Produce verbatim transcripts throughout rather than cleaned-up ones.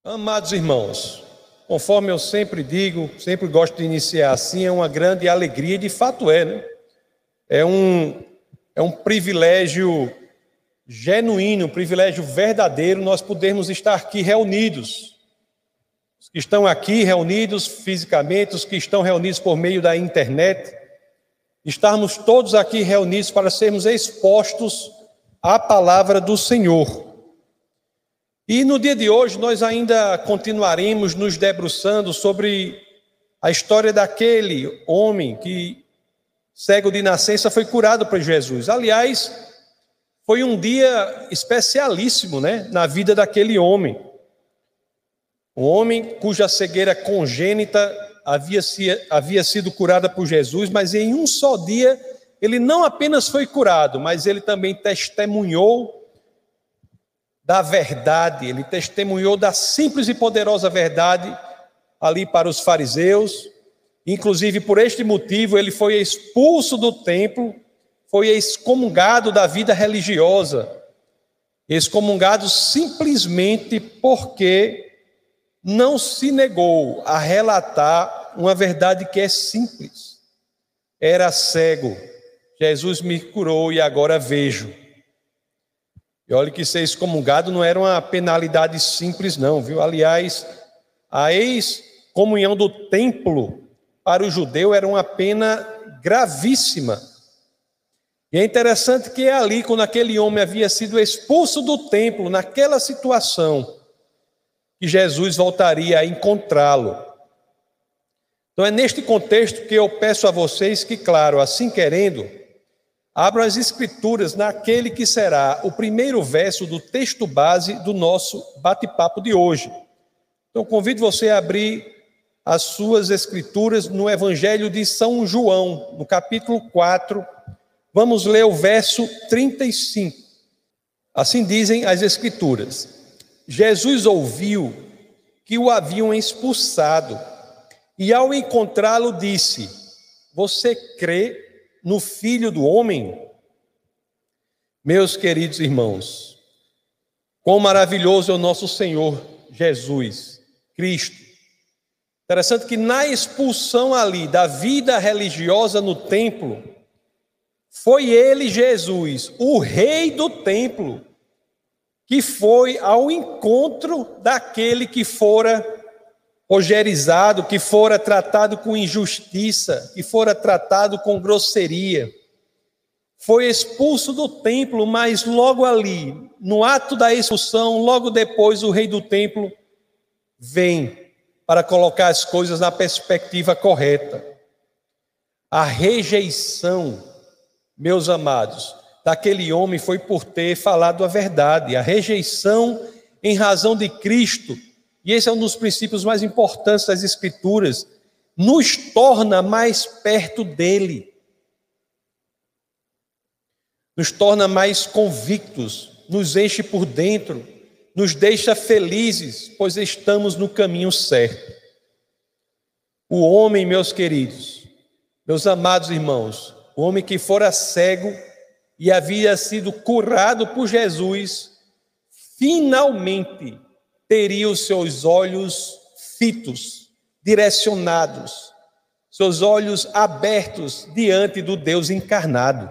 Amados irmãos, conforme eu sempre digo, sempre gosto de iniciar assim, é uma grande alegria, e de fato é, né? É um, é um privilégio genuíno, um privilégio verdadeiro nós podermos estar aqui reunidos. Os que estão aqui reunidos fisicamente, os que estão reunidos por meio da internet, estarmos todos aqui reunidos para sermos expostos à palavra do Senhor. E no dia de hoje nós ainda continuaremos nos debruçando sobre a história daquele homem que, cego de nascença, foi curado por Jesus. Aliás, foi um dia especialíssimo, né, na vida daquele homem. Um homem cuja cegueira congênita havia, se, havia sido curada por Jesus, mas em um só dia ele não apenas foi curado, mas ele também testemunhou da verdade, ele testemunhou da simples e poderosa verdade ali para os fariseus. Inclusive, por este motivo, ele foi expulso do templo, foi excomungado da vida religiosa, excomungado simplesmente porque não se negou a relatar uma verdade que é simples. Era cego, Jesus me curou e agora vejo. E olha que ser excomungado não era uma penalidade simples não, viu? Aliás, a excomunhão do templo para o judeu era uma pena gravíssima. E é interessante que é ali, quando aquele homem havia sido expulso do templo, naquela situação, que Jesus voltaria a encontrá-lo. Então é neste contexto que eu peço a vocês que, claro, assim querendo, abram as Escrituras naquele que será o primeiro verso do texto base do nosso bate-papo de hoje. Então, convido você a abrir as suas Escrituras no Evangelho de São João, no capítulo quatro. Vamos ler o verso trinta e cinco. Assim dizem as Escrituras. Jesus ouviu que o haviam expulsado e, ao encontrá-lo, disse: Você crê no Filho do Homem? Meus queridos irmãos, quão maravilhoso é o nosso Senhor Jesus Cristo. Interessante que na expulsão ali da vida religiosa no templo, foi ele, Jesus, o rei do templo, que foi ao encontro daquele que fora ogerizado, que fora tratado com injustiça, que fora tratado com grosseria. Foi expulso do templo, mas logo ali, no ato da expulsão, logo depois o rei do templo vem para colocar as coisas na perspectiva correta. A rejeição, meus amados, daquele homem foi por ter falado a verdade. A rejeição em razão de Cristo, e esse é um dos princípios mais importantes das Escrituras, nos torna mais perto dele, nos torna mais convictos, nos enche por dentro, nos deixa felizes, pois estamos no caminho certo. O homem, meus queridos, meus amados irmãos, o homem que fora cego e havia sido curado por Jesus, finalmente teria os seus olhos fitos, direcionados, seus olhos abertos diante do Deus encarnado.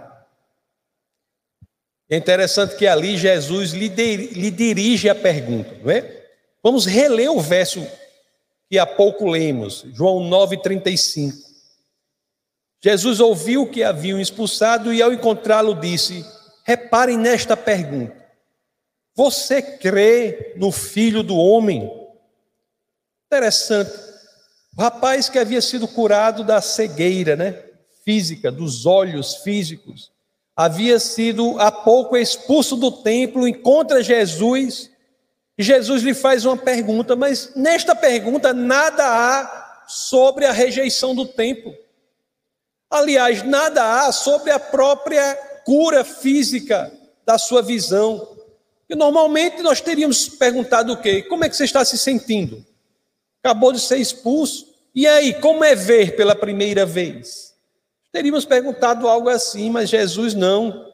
É interessante que ali Jesus lhe, de, lhe dirige a pergunta, não é? Vamos reler o verso que há pouco lemos, João nove, trinta e cinco. Jesus ouviu que haviam expulsado e, ao encontrá-lo, disse: Reparem nesta pergunta. Você crê no Filho do Homem? Interessante. O rapaz que havia sido curado da cegueira, né, física, dos olhos físicos, havia sido há pouco expulso do templo, encontra Jesus, e Jesus lhe faz uma pergunta, mas nesta pergunta nada há sobre a rejeição do templo. Aliás, nada há sobre a própria cura física da sua visão. E normalmente nós teríamos perguntado o quê? Como é que você está se sentindo? Acabou de ser expulso. E aí, como é ver pela primeira vez? Teríamos perguntado algo assim, mas Jesus não.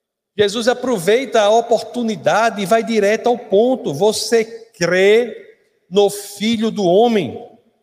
Jesus aproveita a oportunidade e vai direto ao ponto. Você crê no Filho do Homem.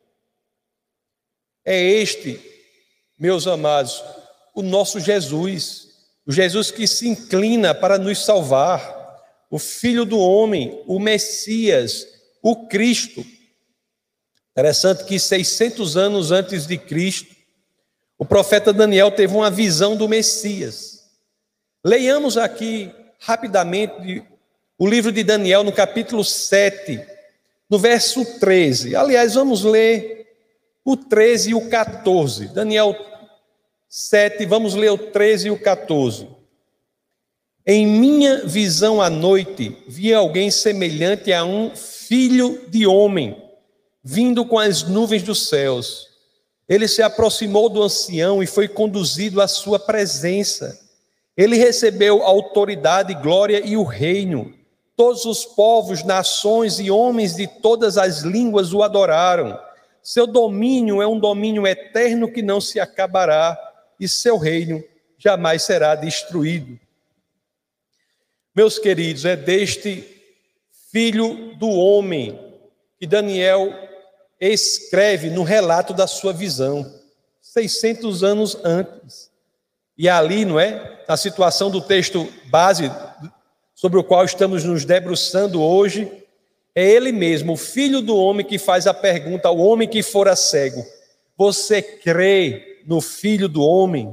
É este, meus amados, o nosso Jesus, o Jesus que se inclina para nos salvar, o Filho do Homem, o Messias, o Cristo. Interessante que seiscentos anos antes de Cristo, o profeta Daniel teve uma visão do Messias. Leiamos aqui rapidamente o livro de Daniel no capítulo sete, no verso treze. Aliás, vamos ler o treze e o quatorze. Daniel sete, vamos ler o treze e o quatorze. Em minha visão à noite, vi alguém semelhante a um filho de homem, vindo com as nuvens dos céus. Ele se aproximou do ancião e foi conduzido à sua presença. Ele recebeu autoridade, glória e o reino. Todos os povos, nações e homens de todas as línguas o adoraram. Seu domínio é um domínio eterno que não se acabará, e seu reino jamais será destruído. Meus queridos, é deste Filho do Homem que Daniel escreve no relato da sua visão, seiscentos anos antes. E ali, não é? Na situação do texto base sobre o qual estamos nos debruçando hoje, é ele mesmo, o Filho do Homem, que faz a pergunta ao homem que fora cego: você crê no Filho do Homem?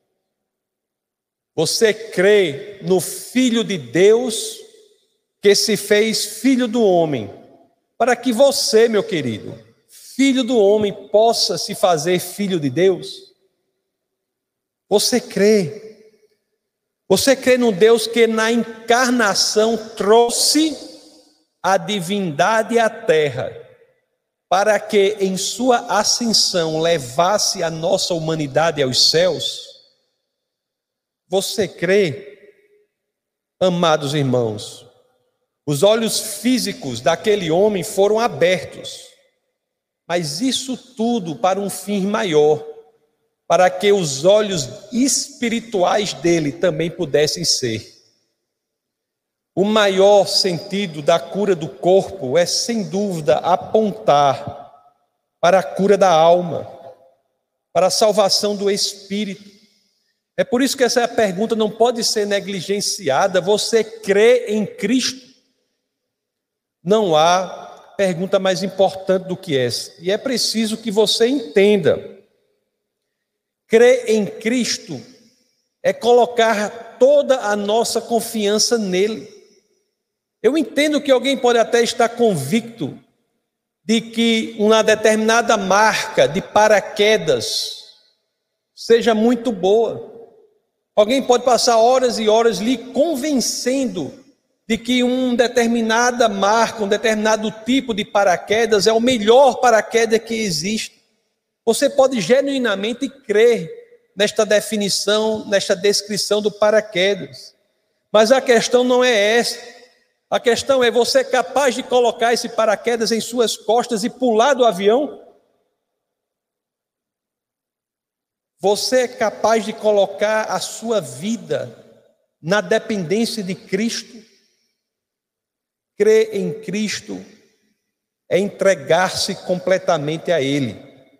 Você crê no Filho de Deus, que se fez Filho do Homem, para que você, meu querido, Filho do Homem, possa se fazer Filho de Deus? Você crê? Você crê no Deus que na encarnação trouxe a divindade à terra, para que em sua ascensão levasse a nossa humanidade aos céus? Você crê, amados irmãos? Os olhos físicos daquele homem foram abertos, mas isso tudo para um fim maior, para que os olhos espirituais dele também pudessem ser. O maior sentido da cura do corpo é, sem dúvida, apontar para a cura da alma, para a salvação do espírito. É por isso que essa pergunta não pode ser negligenciada. Você crê em Cristo? Não há pergunta mais importante do que essa. E é preciso que você entenda. Crer em Cristo é colocar toda a nossa confiança nele. Eu entendo que alguém pode até estar convicto de que uma determinada marca de paraquedas seja muito boa. Alguém pode passar horas e horas lhe convencendo de que uma determinada marca, um determinado tipo de paraquedas é o melhor paraquedas que existe. Você pode genuinamente crer nesta definição, nesta descrição do paraquedas. Mas a questão não é essa. A questão é: você é capaz de colocar esse paraquedas em suas costas e pular do avião? Você é capaz de colocar a sua vida na dependência de Cristo? Crer em Cristo é entregar-se completamente a Ele.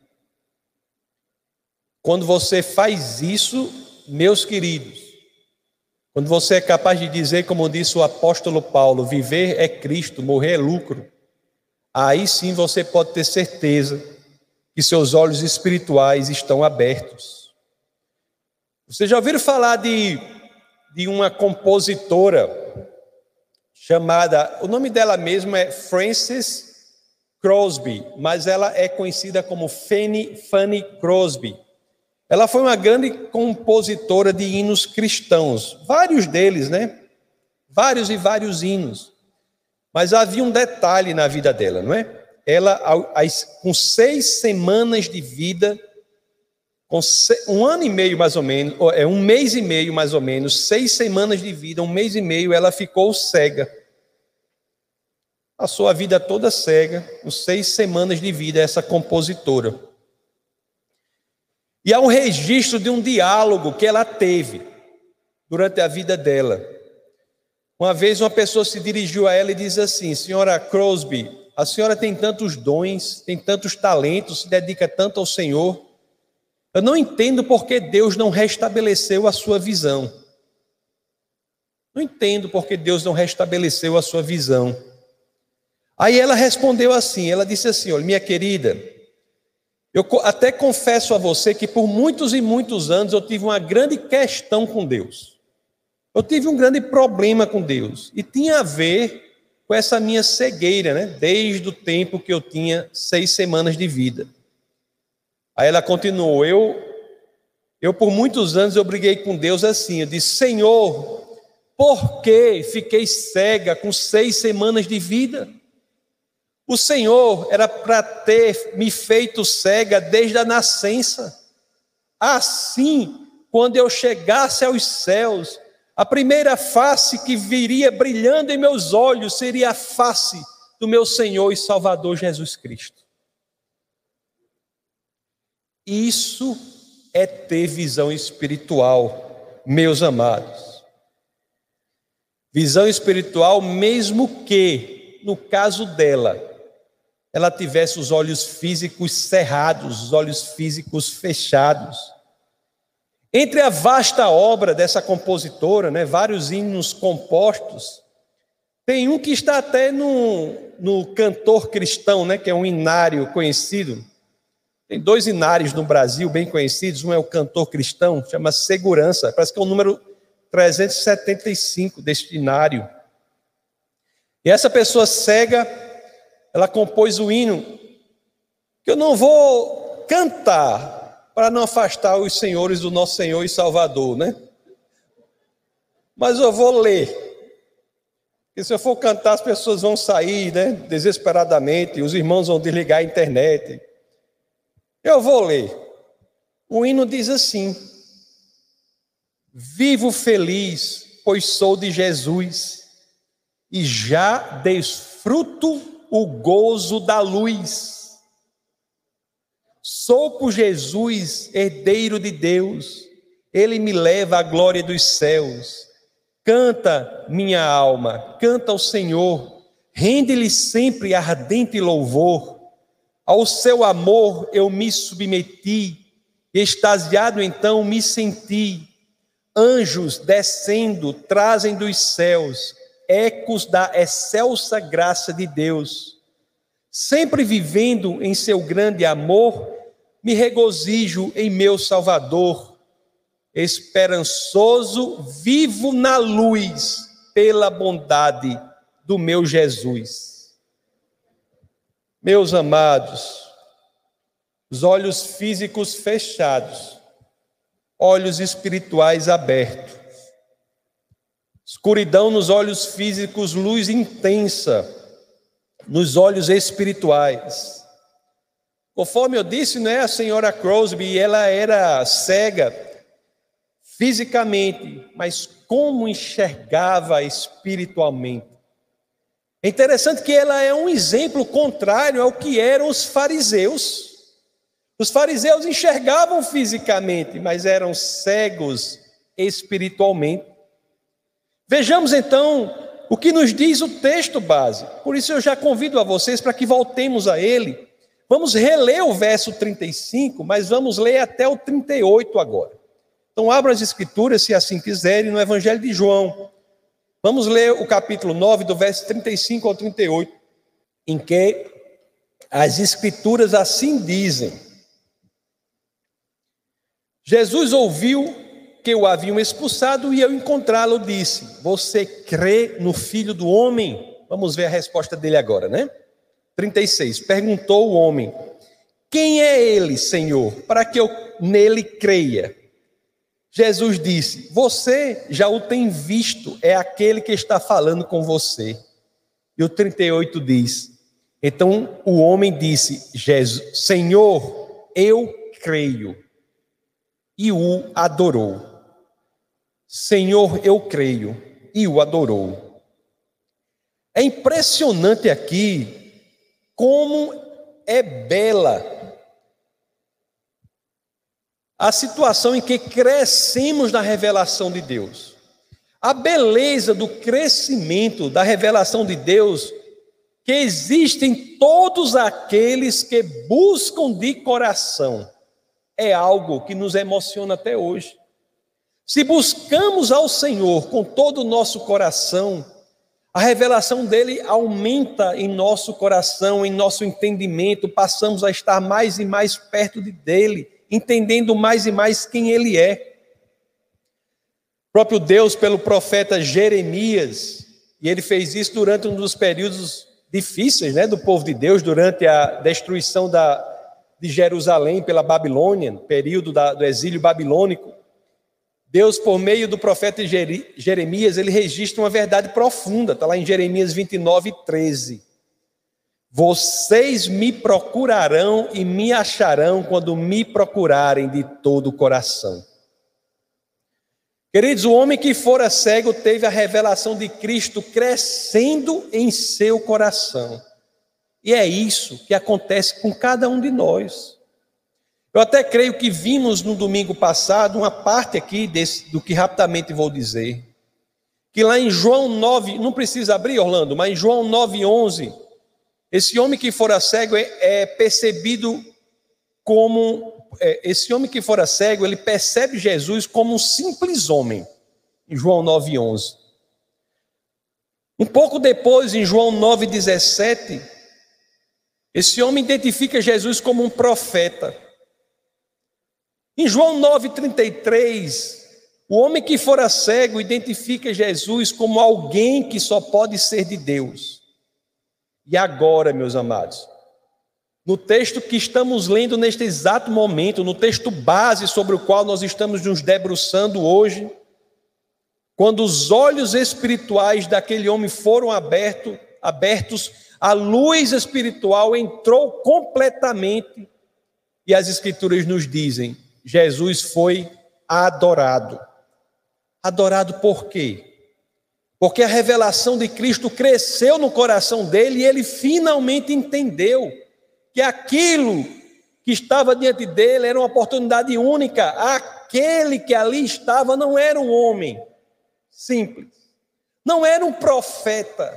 Quando você faz isso, meus queridos, quando você é capaz de dizer, como disse o apóstolo Paulo, viver é Cristo, morrer é lucro, aí sim você pode ter certeza que seus olhos espirituais estão abertos. Vocês já ouviram falar de, de uma compositora chamada, o nome dela mesmo é Frances Crosby, mas ela é conhecida como Fanny, Fanny Crosby. Ela foi uma grande compositora de hinos cristãos, vários deles, né? Vários e vários hinos. Mas havia um detalhe na vida dela, não é? Ela, com seis semanas de vida, com um ano e meio mais ou menos, é um mês e meio mais ou menos, seis semanas de vida, um mês e meio, ela ficou cega. Passou a vida toda cega, com seis semanas de vida, essa compositora. E há um registro de um diálogo que ela teve durante a vida dela. Uma vez uma pessoa se dirigiu a ela e disse assim: senhora Crosby, a senhora tem tantos dons, tem tantos talentos, se dedica tanto ao Senhor. Eu não entendo por que Deus não restabeleceu a sua visão. Não entendo por que Deus não restabeleceu a sua visão. Aí ela respondeu assim, ela disse assim, olha, minha querida, eu até confesso a você que por muitos e muitos anos eu tive uma grande questão com Deus. Eu tive um grande problema com Deus. E tinha a ver com essa minha cegueira, né? Desde o tempo que eu tinha seis semanas de vida. Aí ela continuou, eu, eu por muitos anos eu briguei com Deus assim, eu disse, Senhor, por que fiquei cega com seis semanas de vida? O Senhor era para ter me feito cega desde a nascença. Assim, quando eu chegasse aos céus, a primeira face que viria brilhando em meus olhos seria a face do meu Senhor e Salvador Jesus Cristo. Isso é ter visão espiritual, meus amados. Visão espiritual, mesmo que, no caso dela, ela tivesse os olhos físicos cerrados, os olhos físicos fechados. Entre a vasta obra dessa compositora, né, vários hinos compostos, tem um que está até no, no Cantor Cristão, né, que é um hinário conhecido. Tem dois hinários no Brasil bem conhecidos, um é o Cantor Cristão, chama Segurança, parece que é o número trezentos e setenta e cinco deste hinário. E essa pessoa cega, ela compôs o hino, que eu não vou cantar, para não afastar os senhores do nosso Senhor e Salvador, né? Mas eu vou ler. Porque se eu for cantar, as pessoas vão sair, né, desesperadamente, os irmãos vão desligar a internet. Eu vou ler. O hino diz assim: vivo feliz, pois sou de Jesus, e já desfruto o gozo da luz. Sou por Jesus, herdeiro de Deus, Ele me leva à glória dos céus. Canta, minha alma, canta ao Senhor, rende-lhe sempre ardente louvor. Ao seu amor eu me submeti, extasiado então me senti. Anjos descendo trazem dos céus ecos da excelsa graça de Deus. Sempre vivendo em seu grande amor, me regozijo em meu Salvador. Esperançoso, vivo na luz, pela bondade do meu Jesus. Meus amados, os olhos físicos fechados, olhos espirituais abertos. Escuridão nos olhos físicos, luz intensa nos olhos espirituais. Conforme eu disse, né, a senhora Crosby, ela era cega fisicamente, mas como enxergava espiritualmente. É interessante que ela é um exemplo contrário ao que eram os fariseus. Os fariseus enxergavam fisicamente, mas eram cegos espiritualmente. Vejamos então o que nos diz o texto base. Por isso eu já convido a vocês para que voltemos a ele. Vamos reler o verso trinta e cinco, mas vamos ler até o trinta e oito agora. Então abram as escrituras, se assim quiserem, no Evangelho de João. Vamos ler o capítulo nove, do verso trinta e cinco ao trinta e oito, em que as escrituras assim dizem: Jesus ouviu que o haviam expulsado e ao encontrá-lo disse: você crê no Filho do Homem? Vamos ver a resposta dele agora, né? trinta e seis, perguntou o homem: quem é ele, Senhor, para que eu nele creia? Jesus disse: você já o tem visto, é aquele que está falando com você. E o trinta e oito diz: então o homem disse: Jesus, Senhor, eu creio. E o adorou. Senhor, eu creio. E o adorou. É impressionante aqui como é bela a situação em que crescemos na revelação de Deus. A beleza do crescimento da revelação de Deus que existem todos aqueles que buscam de coração. É algo que nos emociona até hoje. Se buscamos ao Senhor com todo o nosso coração, a revelação dele aumenta em nosso coração, em nosso entendimento, passamos a estar mais e mais perto de dele, entendendo mais e mais quem ele é. O próprio Deus, pelo profeta Jeremias, e ele fez isso durante um dos períodos difíceis, né, do povo de Deus, durante a destruição da, de Jerusalém pela Babilônia, período da, do exílio babilônico. Deus, por meio do profeta Jeremias, ele registra uma verdade profunda, está lá em Jeremias vinte e nove, treze. Vocês me procurarão e me acharão quando me procurarem de todo o coração. Queridos, o homem que fora cego teve a revelação de Cristo crescendo em seu coração. E é isso que acontece com cada um de nós. Eu até creio que vimos no domingo passado uma parte aqui desse, do que rapidamente vou dizer. Que lá em João nove, não precisa abrir, Orlando, mas em João nove, onze, esse homem que fora cego é, é percebido como... É, esse homem que fora cego, ele percebe Jesus como um simples homem. Em João nove, onze. Um pouco depois, em João nove, dezessete, esse homem identifica Jesus como um profeta. Em João nove, trinta e três, o homem que fora cego identifica Jesus como alguém que só pode ser de Deus. E agora, meus amados, no texto que estamos lendo neste exato momento, no texto base sobre o qual nós estamos nos debruçando hoje, quando os olhos espirituais daquele homem foram abertos, abertos, a luz espiritual entrou completamente e as Escrituras nos dizem: Jesus foi adorado. Adorado por quê? Porque a revelação de Cristo cresceu no coração dele e ele finalmente entendeu que aquilo que estava diante dele era uma oportunidade única. Aquele que ali estava não era um homem simples, não era um profeta,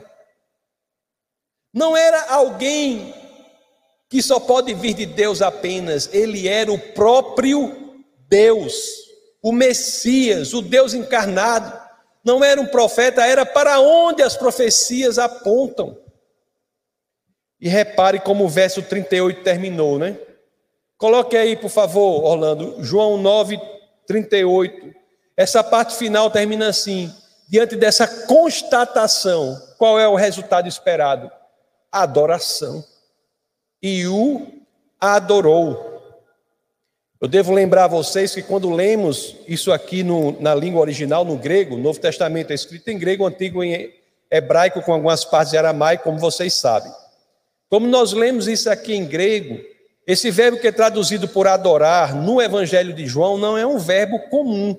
não era alguém que só pode vir de Deus apenas. Ele era o próprio Deus, o Messias, o Deus encarnado. Não era um profeta, era para onde as profecias apontam. E repare como o verso trinta e oito terminou, né? Coloque aí, por favor, Orlando, João nove, trinta e oito. Essa parte final termina assim: diante dessa constatação, qual é o resultado esperado? Adoração. E o adorou. Eu devo lembrar a vocês que quando lemos isso aqui no, na língua original, no grego, o Novo Testamento é escrito em grego, antigo em hebraico, com algumas partes de aramaico, como vocês sabem. Como nós lemos isso aqui em grego, esse verbo que é traduzido por adorar no Evangelho de João não é um verbo comum.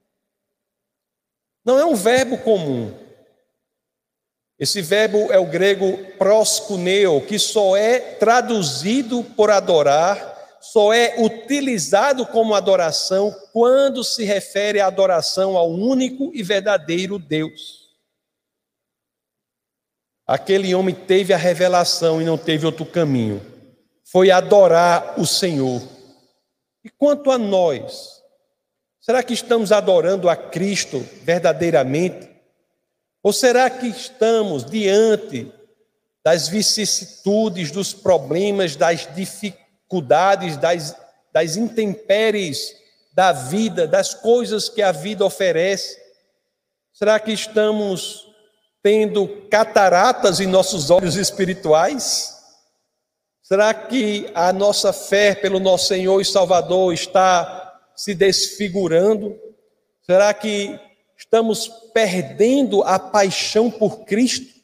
Não é um verbo comum. Esse verbo é o grego proskuneo, que só é traduzido por adorar, só é utilizado como adoração quando se refere à adoração ao único e verdadeiro Deus. Aquele homem teve a revelação e não teve outro caminho. Foi adorar o Senhor. E quanto a nós, será que estamos adorando a Cristo verdadeiramente? Ou será que estamos diante das vicissitudes, dos problemas, das dificuldades, das, das intempéries da vida, das coisas que a vida oferece? Será que estamos tendo cataratas em nossos olhos espirituais? Será que a nossa fé pelo nosso Senhor e Salvador está se desfigurando? Será que estamos perdendo a paixão por Cristo?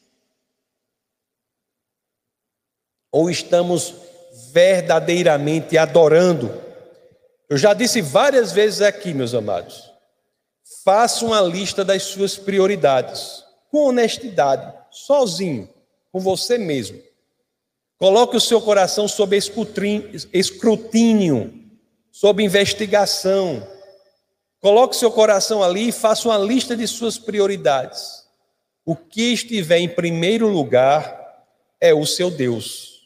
Ou estamos verdadeiramente adorando? Eu já disse várias vezes aqui, meus amados, faça uma lista das suas prioridades, com honestidade, sozinho, com você mesmo. Coloque o seu coração sob escrutínio, sob investigação. Coloque o seu coração ali e faça uma lista de suas prioridades. O que estiver em primeiro lugar, é o seu Deus.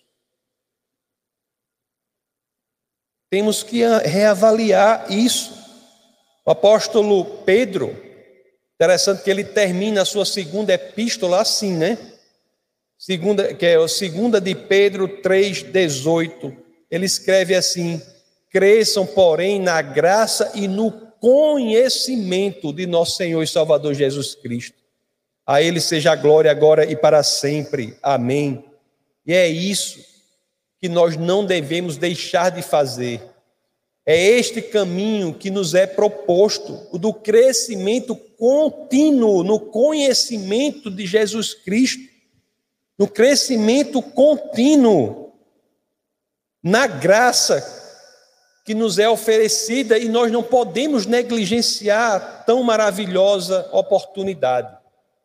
Temos que reavaliar isso. O apóstolo Pedro, interessante que ele termina a sua segunda epístola assim, né? Segunda, que é a segunda de Pedro três, dezoito. Ele escreve assim: cresçam, porém, na graça e no conhecimento de nosso Senhor e Salvador Jesus Cristo. A Ele seja a glória agora e para sempre. Amém. E é isso que nós não devemos deixar de fazer. É este caminho que nos é proposto, o do crescimento contínuo no conhecimento de Jesus Cristo, no crescimento contínuo na graça que nos é oferecida, e nós não podemos negligenciar tão maravilhosa oportunidade.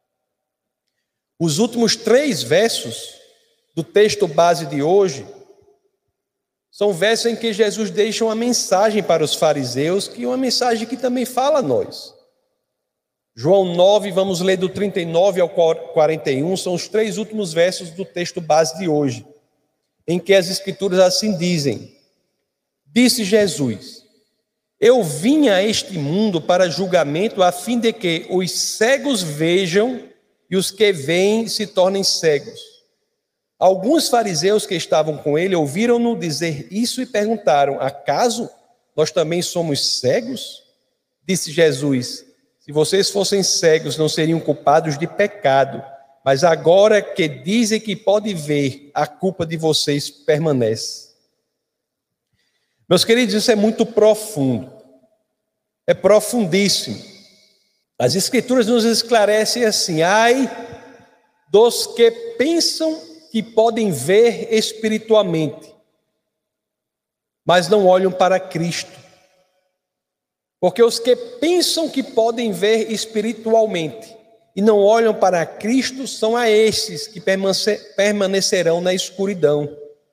Os últimos três versos do texto base de hoje são versos em que Jesus deixa uma mensagem para os fariseus, que é uma mensagem que também fala a nós. João nove, vamos ler do trinta e nove ao quarenta e um, são os três últimos versos do texto base de hoje, em que as Escrituras assim dizem: disse Jesus: eu vim a este mundo para julgamento, a fim de que os cegos vejam e os que veem se tornem cegos. Alguns fariseus que estavam com ele ouviram-no dizer isso e perguntaram: acaso nós também somos cegos? Disse Jesus: se vocês fossem cegos, não seriam culpados de pecado, mas agora que dizem que pode ver, a culpa de vocês permanece. Meus queridos, isso é muito profundo, é profundíssimo. As Escrituras nos esclarecem assim: ai dos que pensam que podem ver espiritualmente, mas não olham para Cristo. Porque os que pensam que podem ver espiritualmente e não olham para Cristo são a estes que permanecerão na escuridão.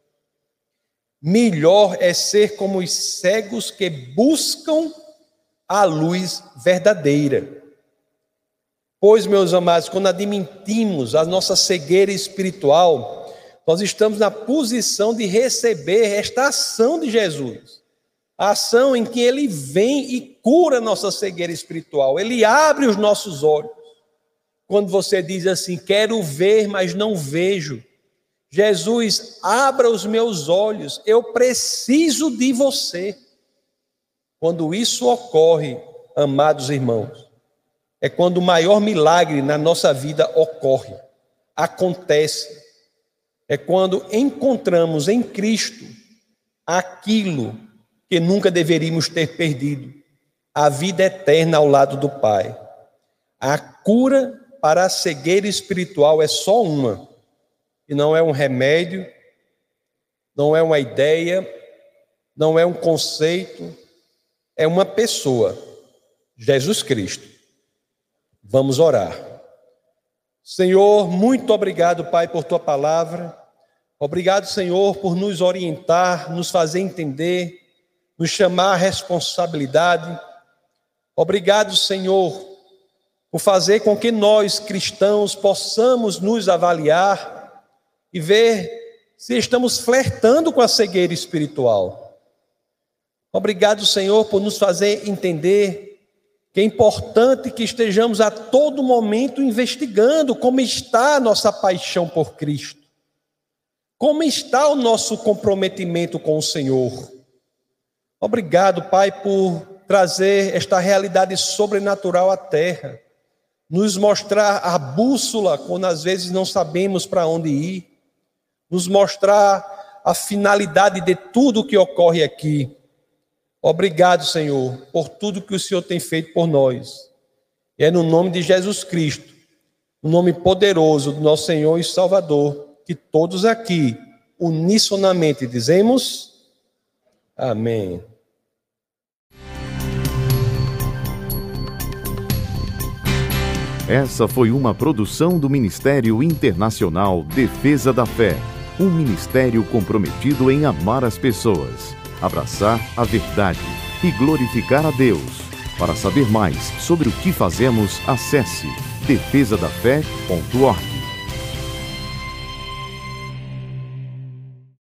Melhor é ser como os cegos que buscam a luz verdadeira. Pois, meus amados, quando admitimos a nossa cegueira espiritual, nós estamos na posição de receber esta ação de Jesus. A ação em que Ele vem e cura a nossa cegueira espiritual. Ele abre os nossos olhos. Quando você diz assim: quero ver, mas não vejo. Jesus, abra os meus olhos, eu preciso de você. Quando isso ocorre, amados irmãos, é quando o maior milagre na nossa vida ocorre, acontece. É quando encontramos em Cristo aquilo que nunca deveríamos ter perdido, a vida eterna ao lado do Pai. A cura para a cegueira espiritual é só uma, e não é um remédio, não é uma ideia, não é um conceito, é uma pessoa, Jesus Cristo. Vamos orar. Senhor, muito obrigado, Pai, por Tua palavra. Obrigado, Senhor, por nos orientar, nos fazer entender, nos chamar à responsabilidade. Obrigado, Senhor, por fazer com que nós, cristãos, possamos nos avaliar e ver se estamos flertando com a cegueira espiritual. Obrigado, Senhor, por nos fazer entender que é importante que estejamos a todo momento investigando como está a nossa paixão por Cristo, como está o nosso comprometimento com o Senhor. Obrigado, Pai, por trazer esta realidade sobrenatural à terra, nos mostrar a bússola quando às vezes não sabemos para onde ir, nos mostrar a finalidade de tudo o que ocorre aqui. Obrigado, Senhor, por tudo que o Senhor tem feito por nós. E é no nome de Jesus Cristo, no nome poderoso do nosso Senhor e Salvador, que todos aqui, unissonamente, dizemos amém. Essa foi uma produção do Ministério Internacional Defesa da Fé, um ministério comprometido em amar as pessoas, abraçar a verdade e glorificar a Deus. Para saber mais sobre o que fazemos, acesse defesa da fé ponto org.